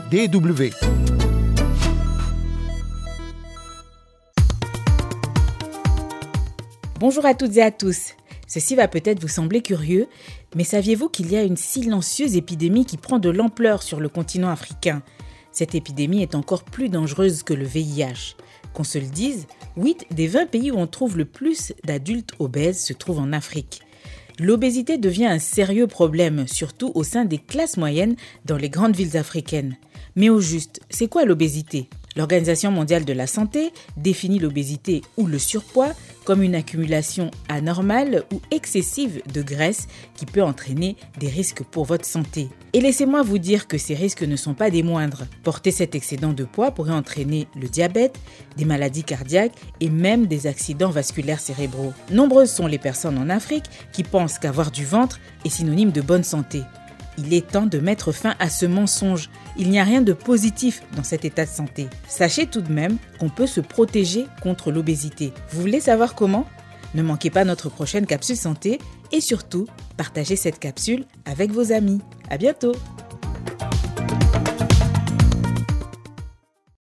DW. Bonjour à toutes et à tous. Ceci va peut-être vous sembler curieux, mais saviez-vous qu'il y a une silencieuse épidémie qui prend de l'ampleur sur le continent africain ? Cette épidémie est encore plus dangereuse que le VIH. Qu'on se le dise, 8 des 20 pays où on trouve le plus d'adultes obèses se trouvent en Afrique. L'obésité devient un sérieux problème, surtout au sein des classes moyennes dans les grandes villes africaines. Mais au juste, c'est quoi l'obésité ? L'Organisation mondiale de la santé définit l'obésité ou le surpoids comme une accumulation anormale ou excessive de graisse qui peut entraîner des risques pour votre santé. Et laissez-moi vous dire que ces risques ne sont pas des moindres. Porter cet excédent de poids pourrait entraîner le diabète, des maladies cardiaques et même des accidents vasculaires cérébraux. Nombreuses sont les personnes en Afrique qui pensent qu'avoir du ventre est synonyme de bonne santé. Il est temps de mettre fin à ce mensonge. Il n'y a rien de positif dans cet état de santé. Sachez tout de même qu'on peut se protéger contre l'obésité. Vous voulez savoir comment ? Ne manquez pas notre prochaine capsule santé et surtout, partagez cette capsule avec vos amis. À bientôt !